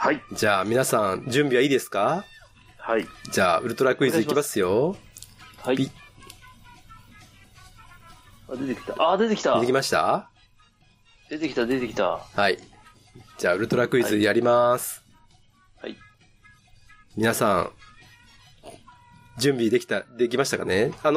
はい。 じゃあ皆さん準備はいいですか？ はい。 じゃあウルトラクイズいきますよ。 はい。出てきた。出てきた。 出てきました？ 出てきた。 はい。じゃあウルトラクイズやります。 はい。 皆さん、準備できましたかね？はい。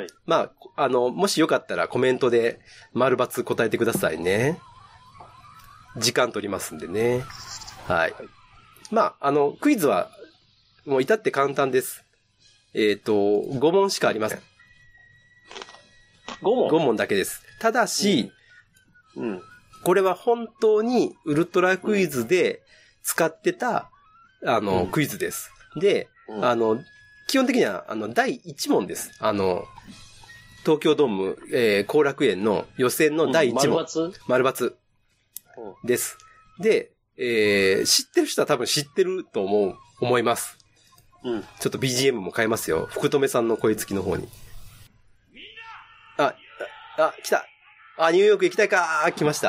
まあ、もしよかったらコメントで丸×答えてくださいね。時間取りますんでね。はい。まあ、クイズは、もう至って簡単です。5問しかありません。5問だけです。ただし、これは本当にウルトラクイズで使ってた、クイズです。で、基本的には、第1問です。東京ドーム、後楽園の予選の第1問。丸×です。で、知ってる人は多分知ってると思います。ちょっと BGM も変えますよ。福留さんの声付きの方に。来た。ニューヨーク行きたいかー。来ました。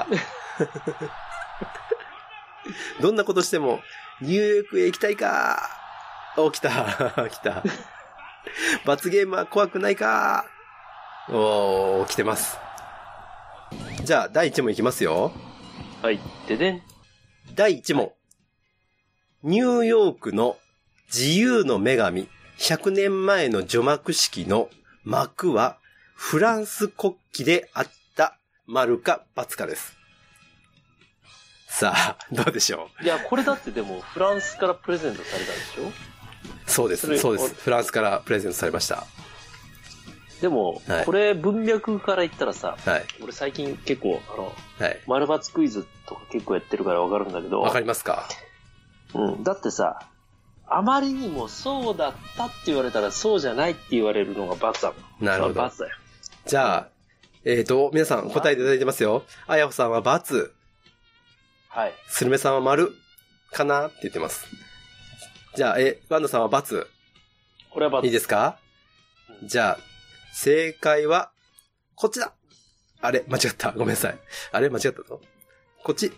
どんなことしても、ニューヨークへ行きたいかー。来た。来た。罰ゲームは怖くないかー。来てます。じゃあ、第1問いきますよ。 はい。ででん。 第1問。ニューヨークの自由の女神、100年前の除幕式の幕は、フランス国旗であった丸か×かです。さあ、どうでしょう？いや、これだってでも、フランスからプレゼントされたんでしょ？ そうです。フランスからプレゼントされました。 でも、はい、これ文脈から言ったらさ、 はい、 俺最近結構、丸×クイズとか結構やってるからわかるんだけど。 わかりますか？ だってさ、あまりにもそうだったって言われたらそうじゃないって言われるのが×だもん。 なるほど。 ×だよ。 じゃあ、皆さん答えていただいてますよ。あやほさんは×。 はい。 スルメさんは丸かなって言ってます。じゃあ、ワンダさんは×。 これは×。 いいですか？じゃあ、正解は、こっちだ。あれ間違った。ごめんなさい。あれ間違ったぞ。こっち。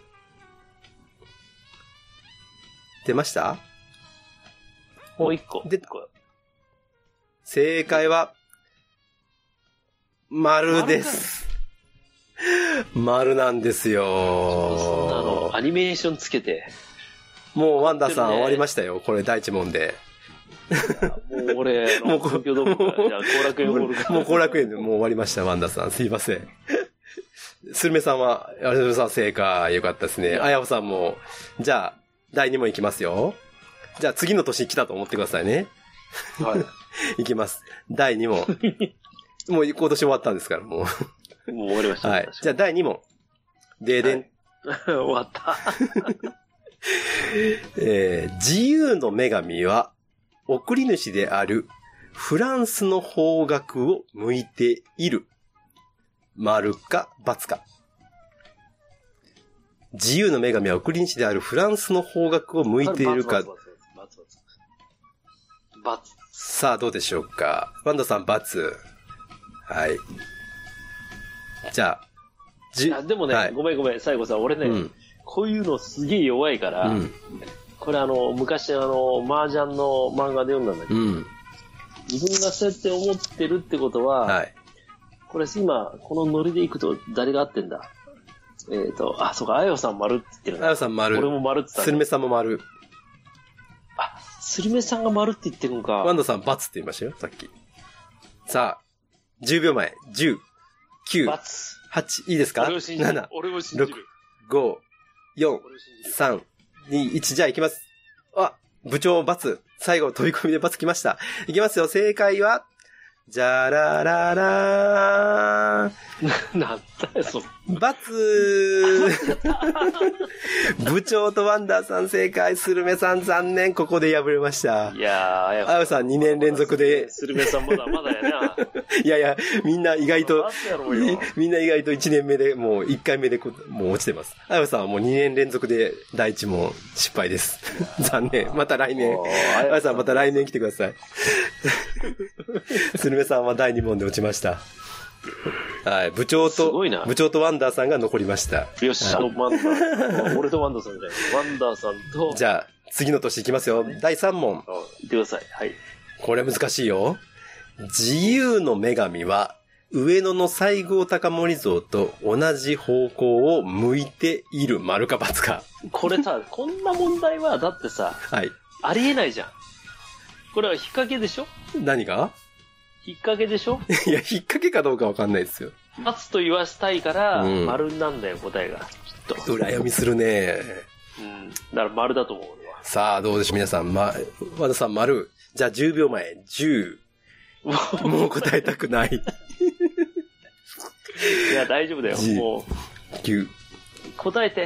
出ました？ もう一個。 出た。正解は、丸です。丸なんですよ。 そんなの、アニメーションつけて。 もうワンダさん終わりましたよ。これ第一問で。 もう俺、東京ドームから、じゃあ後楽園ホールから。 もう後楽園でもう終わりました、ワンダさん。すいません。スルメさんは、あれさん正解。よかったですね。あやほさんも、じゃあ、第2問いきますよ。じゃあ次の年来たと思ってくださいね。 はい。 いきます。第2問。もう今年終わったんですから、もう。 もう終わりました。 はい。じゃあ第2問。ででん。 はい、終わった。 自由の女神は、送り主であるフランスの方角を向いている。丸か×か。自由の女神は送り主であるフランスの方角を向いているか。 ×。 さあどうでしょうか。ワンダさん×。はい。じゃあ。 でもね、はい、ごめん、最後さ、俺ね、こういうのすげえ弱いから、これ昔麻雀の漫画で読んだんだけど、自分がそうやって思ってるってことは、はい、これ今、このノリでいくと誰が合ってんだ？そうか、あやほさん丸って言ってるな。 あやほさん丸。 俺も丸って言った。 スルメさんも丸。 スルメさんが丸って言ってるのか。 ワンダさん×って言いましたよ、さっき。さあ、10秒前。10、9、8、いいですか？7、6、5、4、3、2、1、じゃあ行きます。部長×。最後飛び込みで×来ました。行きますよ。正解は、じゃらららー。 なんだよ、それ。 部長とワンダーさん正解、スルメさん残念、ここで敗れました。 いやー、 あやさん2年連続で。 スルメさんまだまだやな。 いや、みんな意外と1年目で、もう1回目でもう落ちてます。あやさんはもう2年連続で第1問失敗です。残念。また来年。あやさんまた来年来てください。スルメさんは第2問で落ちました。 はい、部長とワンダーさんが残りました。 よし、ワンダー。俺とワンダーさんじゃない。ワンダーさんと。 じゃあ、次の年いきますよ。第3問。 いってください。はい。 これ難しいよ。自由の女神は、上野の西郷隆盛像と同じ方向を向いている丸か×か。 これさ、こんな問題は、だってさ、 はい。 ありえないじゃん。これは引っ掛けでしょ？ 何が？ 引っ掛けでしょ？ いや、引っ掛けかどうかわかんないですよ。 ×と言わしたいから、丸なんだよ、答えが。きっと。 裏読みするね。 だから丸だと思う、俺は。 さあ、どうでしょう、皆さん。和田さん、丸。じゃあ、10秒前。10。もう答えたくない。 いや、大丈夫だよ。もう。9。 答えて。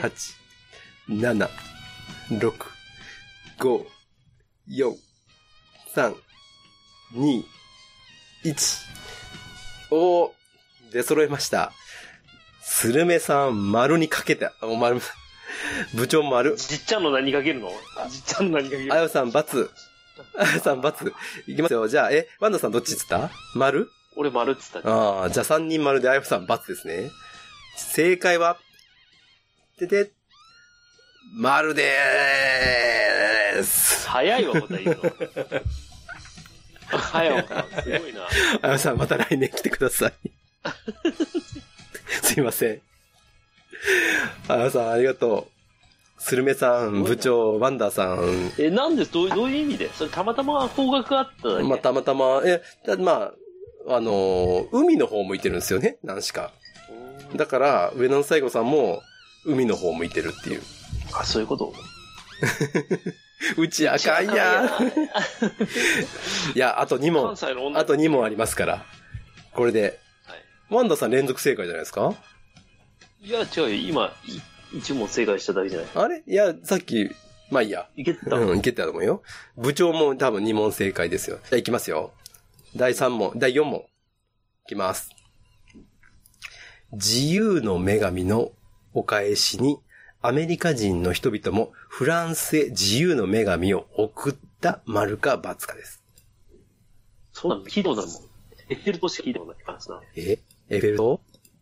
8、7、6、5、4、3、2、1。おー、出揃えました。スルメさん、丸にかけた。丸、部長丸。 じっちゃんの何かけるの？じっちゃんの何かけるの？ あやさん、×。あやさん、×。いきますよ。じゃあ、ワンダさんどっちっつった？丸？ 俺丸っつった。 ああ、じゃあ3人丸であやさん×ですね。正解は、丸でーす。 早いわ、答え言うの。早いわ、すごいな。 あやさんまた来年来てください。すいません。あやさんありがとう。スルメさん、部長、ワンダーさん。 なんで、どういう意味で？それたまたま方角あっただけ？ まあ、たまたま、海の方向いてるんですよね、何しか。だから、上野の西郷さんも、海の方向いてるっていう。 あ、そういうこと？ うちあかんや。いや、あと2問。あと2問ありますから。これで。はい、ワンダさん連続正解じゃないですか？ いや、違うよ。今、1問正解しただけじゃない。 あれ？いや、さっき、まあいいや。 いけてた？ いけてたと思うよ。部長も多分2問正解ですよ。じゃあ行きますよ。第4問。いきます。自由の女神のお返しに、アメリカ人の人々もフランスへ自由の女神を送った丸か×かです。 そうなの？聞いたことあるもん。エッフェル塔しか聞いたことない話な。 エッフェル塔？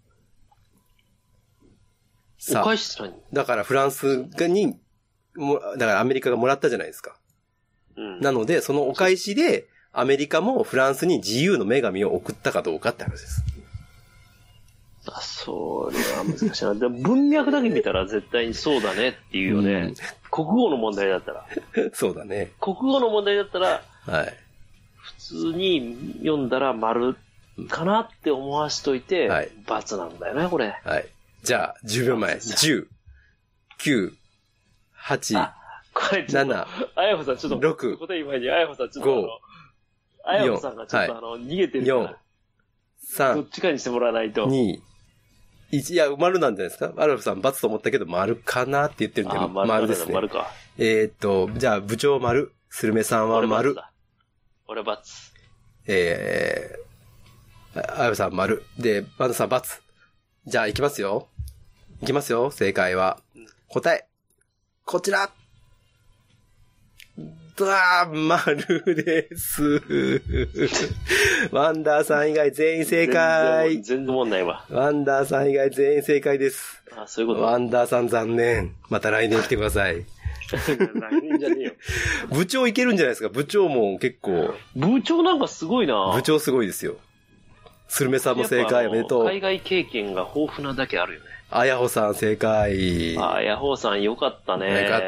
お返し何？ だからフランスに、だからアメリカがもらったじゃないですか。なので、そのお返しで、アメリカもフランスに自由の女神を送ったかどうかって話です。 あ、それは難しいな。でも文脈だけ見たら絶対にそうだねっていうよね。国語の問題だったら。 そうだね。 国語の問題だったら、 はい。 普通に読んだら丸かなって思わしといて、はい、×なんだよね、これ。 はい。じゃあ、10秒前。10、9、8、7、 あやほさんちょっと、 6、 答え前にあやほさんちょっとあやほさんがちょっと逃げてるから。4、3、どっちかにしてもらわないと。 2、1、いや、丸なんじゃないですか？アルフさん×と思ったけど、丸かなって言ってるんで、丸ですね。 丸か。 じゃあ、部長丸、スルメさんは丸。 俺×。 アルフさん丸。で、バンドさん×。じゃあ、いきますよ。正解は。答え。こちら。丸です。ワンダーさん以外全員正解。 全然問題は。 ワンダーさん以外全員正解です。 あ、そういうこと。 ワンダーさん残念。また来年来てください。 来年じゃねえよ。 部長いけるんじゃないですか？部長も結構。 部長なんかすごいな。 部長すごいですよ。スルメさんも正解おめでとう。 海外経験が豊富なだけあるよね。 あやほさん正解。 あやほさんよかったね。 よかった。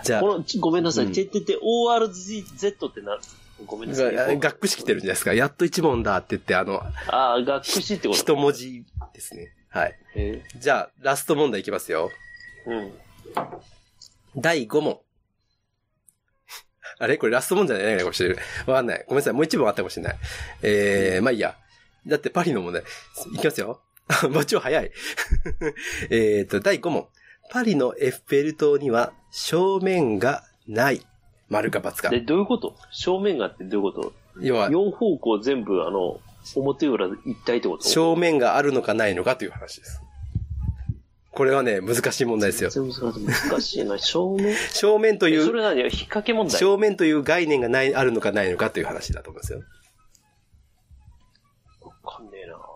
じゃあ。ごめんなさい。ORZ ってごめんなさい。 学士来てるんじゃないですか。やっと一問だって言って、 学士ってこと？ 一文字ですね。はい。じゃあ、ラスト問題いきますよ。第5問。あれこれラスト問題じゃないかもしれない。わかんない。ごめんなさい。もう一問あったかもしれない。まあいいや。だってパリの問題。いきますよ。部長早い。第5問。パリのエッフェル塔には正面がない。丸か×か。 で、どういうこと？正面がってどういうこと？要は、4方向全部表裏一体ってこと？ 正面があるのかないのかという話です。これはね、難しい問題ですよ。 難しいな。正面という。 それ何？引っ掛け問題？ 正面という概念があるのかないのかという話だと思いますよ。 わかんねえな。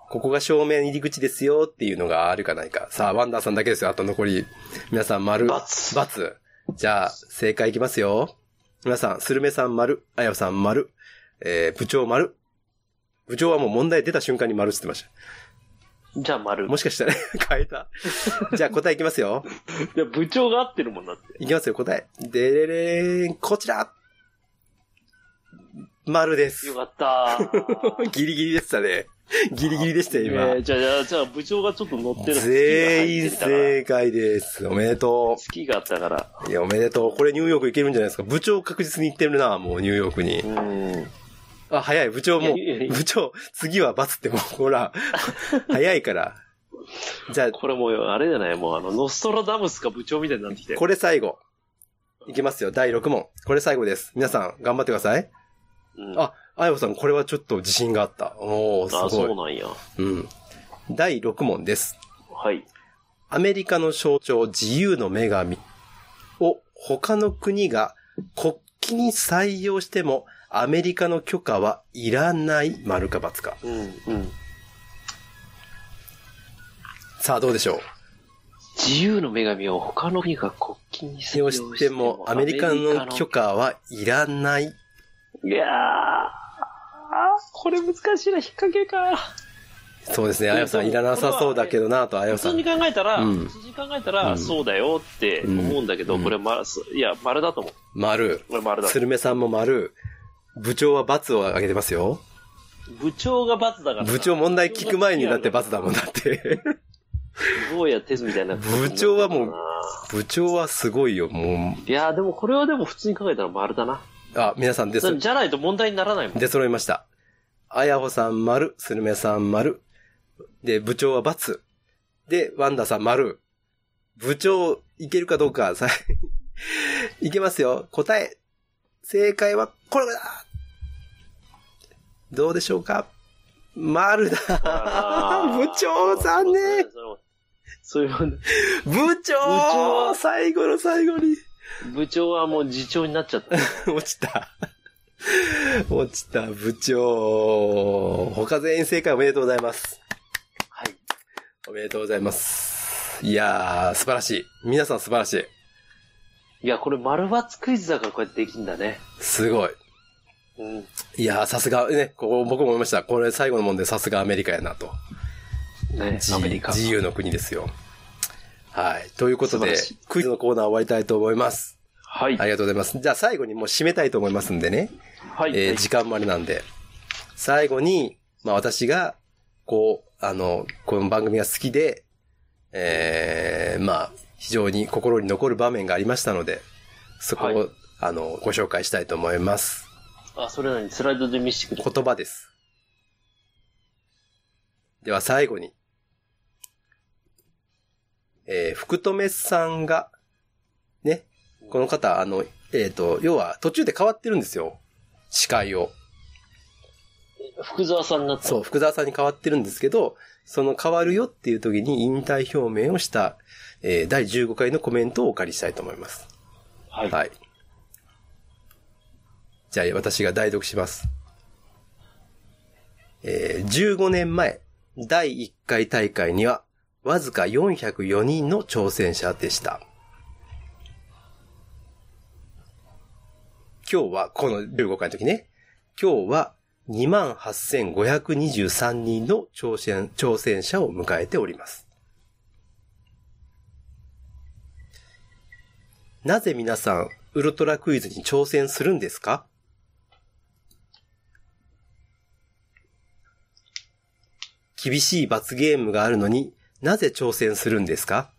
ここが正面入り口ですよっていうのがあるかないか。さあ、ワンダーさんだけですよ。あと残り。皆さん丸。×。じゃあ、正解いきますよ。皆さん、スルメさん丸、あやさん丸、部長丸。部長はもう問題出た瞬間に丸って言ってました。 じゃあ丸。 もしかしたら変えた。じゃあ答えいきますよ。 いや、部長が合ってるもんだって。 いきますよ、答え。でれれーん、こちら丸です。 よかったー。 ギリギリでしたね。ギリギリでしたよ、今。 じゃあ、部長がちょっと乗ってる。 全員正解です。おめでとう。 好きがあったから。 いや、おめでとう。これニューヨーク行けるんじゃないですか。部長確実に行ってるな、もうニューヨークに。あ、早い。部長も、部長、次は罰ってもう、ほら、早いから。じゃあ。 これもう、あれじゃないもうノストラダムスか部長みたいになってきて。 これ最後。いきますよ。第6問。これ最後です。皆さん、頑張ってください。あやさん、これはちょっと自信があった。おー、すごい。あ、 そうなんや。 うん。第6問です。 はい。 アメリカの象徴、自由の女神を他の国が国旗に採用しても、アメリカの許可はいらない丸か×か。さあ、どうでしょう。 自由の女神を他の国が国旗に採用しても、アメリカの許可はいらない。 いやー、これ難しいな、引っ掛けか。 そうですね、あやさんいらなさそうだけどなと、あやさん。 普通に考えたら、そうだよって思うんだけど、これ、いや、丸だと思う。 丸。 これ丸だ。 スルメさんも丸。部長は×を挙げてますよ。 部長が×だから。 部長問題聞く前になって×だもんだって。 坊やテスみたいな。 部長はもう、部長はすごいよ、もう。 いや、でもこれはでも普通に考えたら丸だな。 あ、皆さんです。 じゃないと問題にならないもん。 出揃いました。あやほさん丸、スルメさん丸。で、部長は×。で、ワンダさん丸。部長、いけるかどうか、いけますよ。答え。正解はこれだ。どうでしょうか。丸だ。部長残念。 そういう部長最後の最後に。 部長はもう次長になっちゃった。 落ちた。落ちた、部長。他全員正解おめでとうございます。 はい。 おめでとうございます。いやー、素晴らしい。皆さん素晴らしい。 いや、これ丸×クイズだからこうやってできるんだね。 すごい。いやー、さすが、ね、僕も思いました。これ最後の問題さすがアメリカやなと。 ね、アメリカ。 自由の国ですよ。はい。ということで、クイズのコーナー終わりたいと思います。 はい。 ありがとうございます。じゃあ最後にもう締めたいと思いますんでね。 はい。 時間もあれなんで。最後に、私が、この番組が好きで、非常に心に残る場面がありましたので、そこを、ご紹介したいと思います。 あ、それなにスライドで見せてくれる？ 言葉です。では最後に、福留さんが、ね、この方、要は途中で変わってるんですよ。司会を。 福沢さんになった。 そう、福沢さんに変わってるんですけど、その変わるよっていう時に引退表明をした、第15回のコメントをお借りしたいと思います。 はい。 はい。じゃあ私が代読します。15年前、第1回大会には、わずか404人の挑戦者でした。今日は、この15回の時ね、今日は28,523 人の挑戦者を迎えております。なぜ皆さん、ウルトラクイズに挑戦するんですか？厳しい罰ゲームがあるのになぜ挑戦するんですか？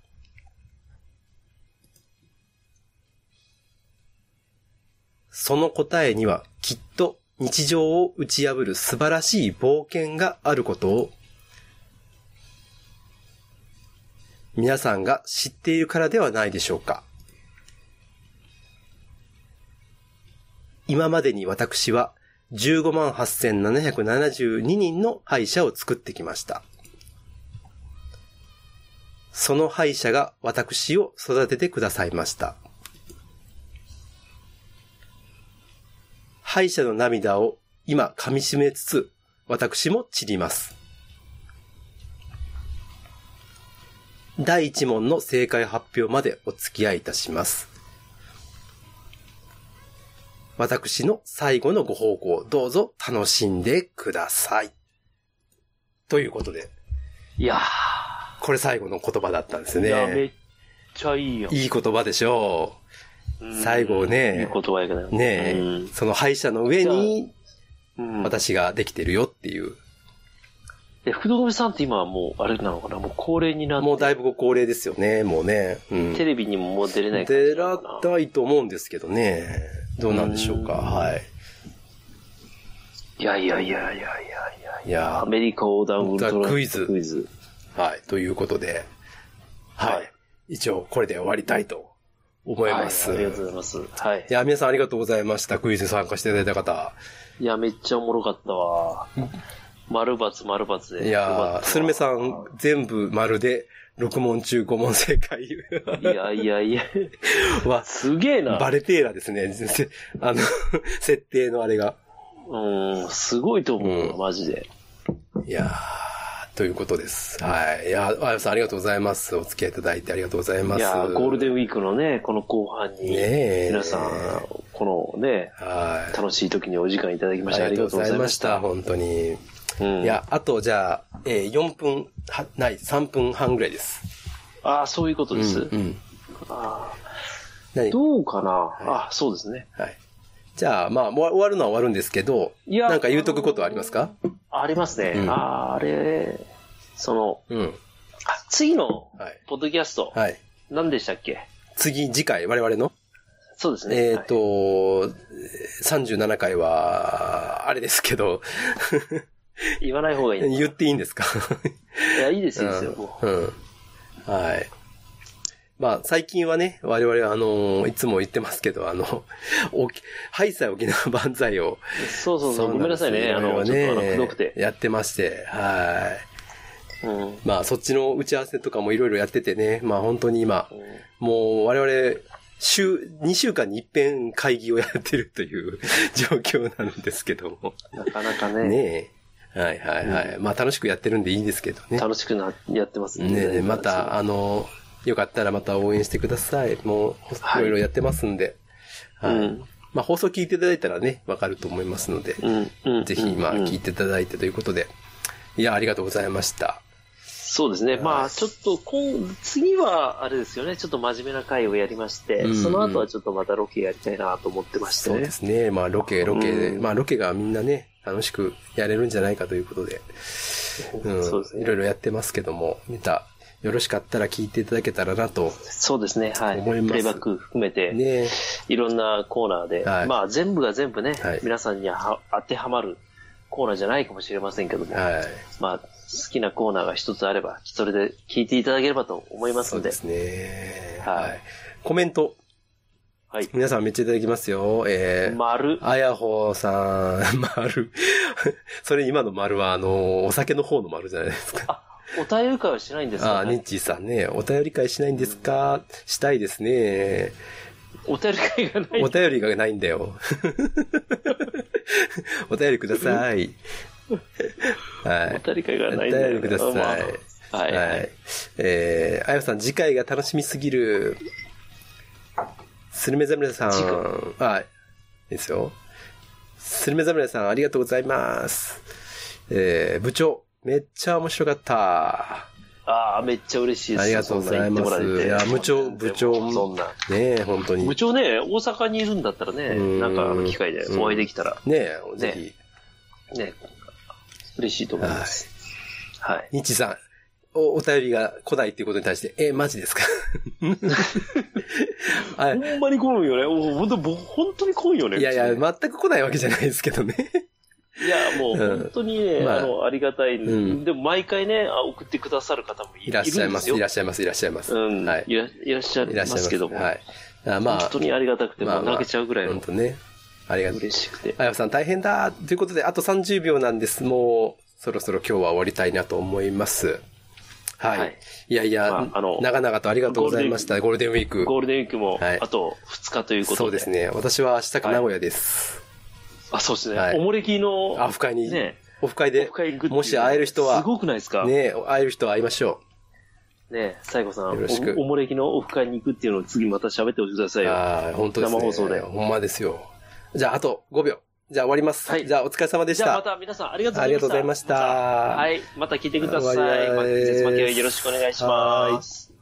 その答えにはきっと日常を打ち破る素晴らしい冒険があることを皆さんが知っているからではないでしょうか。今までに私は158,772 人の敗者を作ってきました。その敗者が私を育ててくださいました。敗者の涙を今噛み締めつつ、私も散ります。 第1問の正解発表までお付き合いいたします。私の最後のご報告をどうぞ楽しんでください。ということで。 いやー。 これ最後の言葉だったんですね。 いや、めっちゃいいよ。 いい言葉でしょう。最後ね。 いい言葉やけどね。その敗者の上に、私ができてるよっていう。 福留さんって今はもう、あれなのかな、もう高齢になって。 もうだいぶご高齢ですよね、もうね。 テレビにももう出れない感じ出らたいと思うんですけどね。どうなんでしょうか、はい。 いや。アメリカ横断ウルトラクイズ。はい。ということで、はい。一応これで終わりたいと思います。 ありがとうございます。はい。 いや、皆さんありがとうございました。クイズ参加していただいた方。 いや、めっちゃおもろかったわ。丸×で。 いや、スルメさん全部丸で6問中5問正解。いや。わ、すげえな。 バレテーラですね。設定のあれが。 すごいと思う、マジで。 いやー、ということです。はい。いや、あやさんありがとうございます。お付き合いいただいてありがとうございます。いや、 ゴールデンウィークのね、この後半に、皆さん、このね、楽しい時にお時間いただきましてありがとうございました。 本当に。いや、あとじゃあ、4分、3分半ぐらいです。 ああ、そういうことです。どうかな、そうですね。 はい。じゃあ、まあ、終わるのは終わるんですけど、なんか言うとくことありますか？ ありますね。次の、ポッドキャスト、何でしたっけ？ 次回、我々の？ そうですね。 37回は、あれですけど、 言わない方がいい。 言っていいんですか？ いや、いいですよ。 はい。まあ、最近はね、我々いつも言ってますけど、ハイサイ沖縄万歳を。 そう。ごめんなさいね。ちょっとくどくて。 やってまして、はい。まあ、そっちの打ち合わせとかもいろいろやっててね、まあ本当に今、もう我々、2週間に一遍会議をやってるという状況なんですけども。 なかなかね。 ねえ。はい。まあ楽しくやってるんでいいんですけどね。 楽しくやってますね。ねえ、また、よかったらまた応援してください。もう、いろいろやってますんで。はい。まあ放送聞いていただいたらね、わかると思いますので。ぜひ、まあ聞いていただいてということで。いや、ありがとうございました。 そうですね。まあ、ちょっと、次は、あれですよね。ちょっと真面目な回をやりまして、その後はちょっとまたロケやりたいなと思ってましてね。 そうですね。まあ、ロケで、まあ、ロケがみんなね、楽しくやれるんじゃないかということで、そうですね。いろいろやってますけども、また、よろしかったら聞いていただけたらなと。 そうですね。はい。 思います。 プレイバック含めて、ね、いろんなコーナーで、まあ、全部が全部ね、皆さんに当てはまるコーナーじゃないかもしれませんけども、まあ、好きなコーナーが一つあれば、それで聞いていただければと思いますので。 そうですね。はい。コメント。はい。皆さんめっちゃいただきますよ。 丸。 あやほーさん、丸。それ今の丸は、お酒の方の丸じゃないですか。 お便り会はしないんですか？ ニッチーさんね。お便り会しないんですか？したいですね。 お便り会がない。 お便りがないんだよ。お便りください。 はい。お便り会がないんだよ。 お便りください。はい。あやさん、次回が楽しみすぎる。スルメザムレさん。いいですよ。スルメザムレさん、ありがとうございます。部長、めっちゃ面白かった。 めっちゃ嬉しいです。 ありがとうございます。いや、部長、 そんな。 ね本当に。 部長ね、大阪にいるんだったらね、なんか機会でお会いできたら。 ぜひ。 ね、嬉しいと思います。はい。 ニッチさん、お便りが来ないっていうことに対して、マジですか？ ほんまに来るよね。本当に来るよね。 いや、全く来ないわけじゃないですけどね。 いや、もう本当にね、ありがたい。でも毎回ね、送ってくださる方もいらっしゃいますよ。いらっしゃいます。 いらっしゃいますけども。はい。本当にありがたくて、泣けちゃうぐらいの。 本当ね。ありがとう。 嬉しくて。 あやさん大変だということで、あと30秒なんです。もう、そろそろ今日は終わりたいなと思います。はい。いや、長々とありがとうございました。ゴールデンウィーク。 ゴールデンウィークも、あと2日ということで。 そうですね。私は明日か名古屋です。 そうですね。おもれきの、 オフ会に、オフ会で、もし会える人は、 すごくないですか？ ね、会える人は会いましょね、西郷さん、 よろしく。 おもれきのオフ会に行くっていうのを次また喋っておいてくださいよ。 ああ、本当ですね。 生放送で。 ほんまですよ。じゃあ、あと5秒。じゃあ終わります。はい。じゃあ、お疲れ様でした。 じゃあ、また皆さんありがとうございました。ありがとうございました。はい。また聞いてください。また、絶負けよろしくお願いします。